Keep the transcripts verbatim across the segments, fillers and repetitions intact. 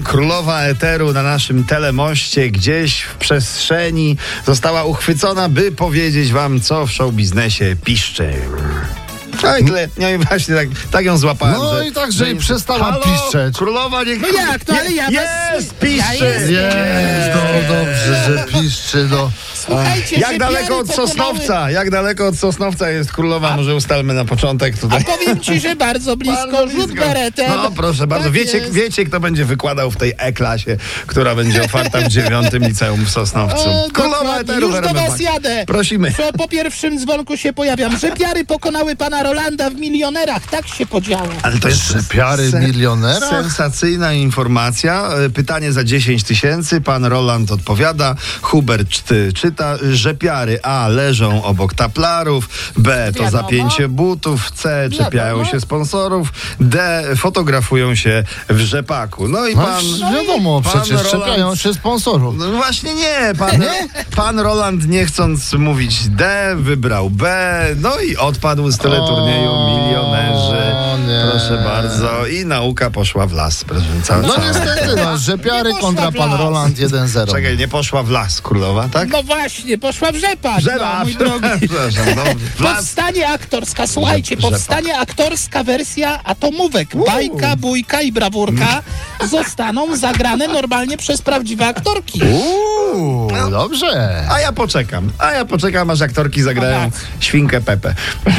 Królowa eteru na naszym telemoście gdzieś w przestrzeni została uchwycona, by powiedzieć wam, co w showbiznesie piszczy. No i tyle. No i właśnie tak, tak ją złapałem. No że, i tak, że że i przestała halo, piszczeć. Królowa niech... No jak to, ale ja was... Jest, piszczy! Ja Jest, no dobrze, że piszczy, no. Słuchajcie, Jak że daleko piary od pokonały- Sosnowca? Jak daleko od Sosnowca jest królowa? Może ustalmy na początek tutaj. Powiem ci, że bardzo blisko, Bardzo rzut blisko. beretem. No proszę bardzo, Tak wiecie, jest. wiecie, kto będzie wykładał w tej E-klasie, która będzie otwarta w dziewiątym liceum w Sosnowcu. O, Królowa dokładnie. eteru Już w do R M F. was jadę. Prosimy. Po, po pierwszym dzwonku się pojawiam, że piary pokonały pana Rolanda w Milionerach. Tak się podziało. Ale to jest Że piary se- milionera? Sensacyjna informacja. E, Pytanie za dziesięć tysięcy. Pan Roland odpowiada. Hubert czy- czyta, że piary A leżą obok taplarów, B to Wiadomo. zapięcie butów, C czepiają Wiadomo. się sponsorów, D fotografują się w rzepaku. No i No, pan... wiadomo, pan przecież Roland- czekają się sponsorów. No właśnie nie, pan, pan Roland, nie chcąc mówić D, wybrał B, no i odpadł z teleturnieju Milionerzy. nie. Proszę bardzo. I nauka poszła w las. Proszę, cała, No cała. niestety, no, że piary Nie poszła kontra w pan las. Roland jeden zero. Czekaj, nie poszła w las królowa, tak? No właśnie, poszła w rzepak, Żeba, no, mój drogi. przepraszam, no, w las. Powstanie aktorska, słuchajcie, Rzepak. powstanie aktorska wersja Atomówek. Bajka, bójka i brawurka zostaną zagrane normalnie przez prawdziwe aktorki. Uuu, dobrze. A ja poczekam, a ja poczekam, aż aktorki zagrają tak. Świnkę Pepę.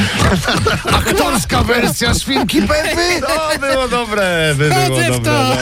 Aktorska wersja Świnki Pepy. To było dobre, by było Chodzę w dobre.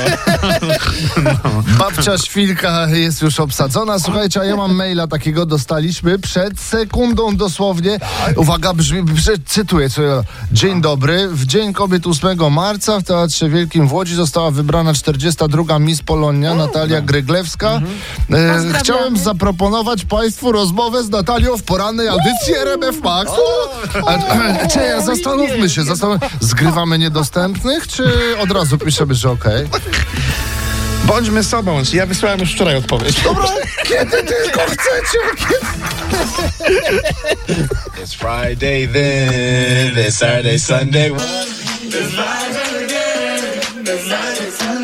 to. Babcia Świnka jest już obsadzona. Słuchajcie, a ja mam maila takiego, dostaliśmy przed sekundą dosłownie. Uwaga, brzmi, prze- cytuję. co ja- Dzień dobry. W Dzień Kobiet ósmego marca w Teatrze Wielkim w Łodzi została wybrana czterdziesta druga Miss Polonia, Natalia Gryglewska. E, chciałem zaproponować Państwu rozmowę z Natalią w porannej audycji R M F Max. A, Czy ja zastanówmy się, zastanów... zgrywamy niedostępnych, czy od razu piszemy, że okej? Bądźmy sobą. Ja wysłałem już wczoraj odpowiedź. Dobra, kiedy tylko chcecie. It's Friday then, it's Saturday, Sunday. It's Friday again. It's Friday, Sunday.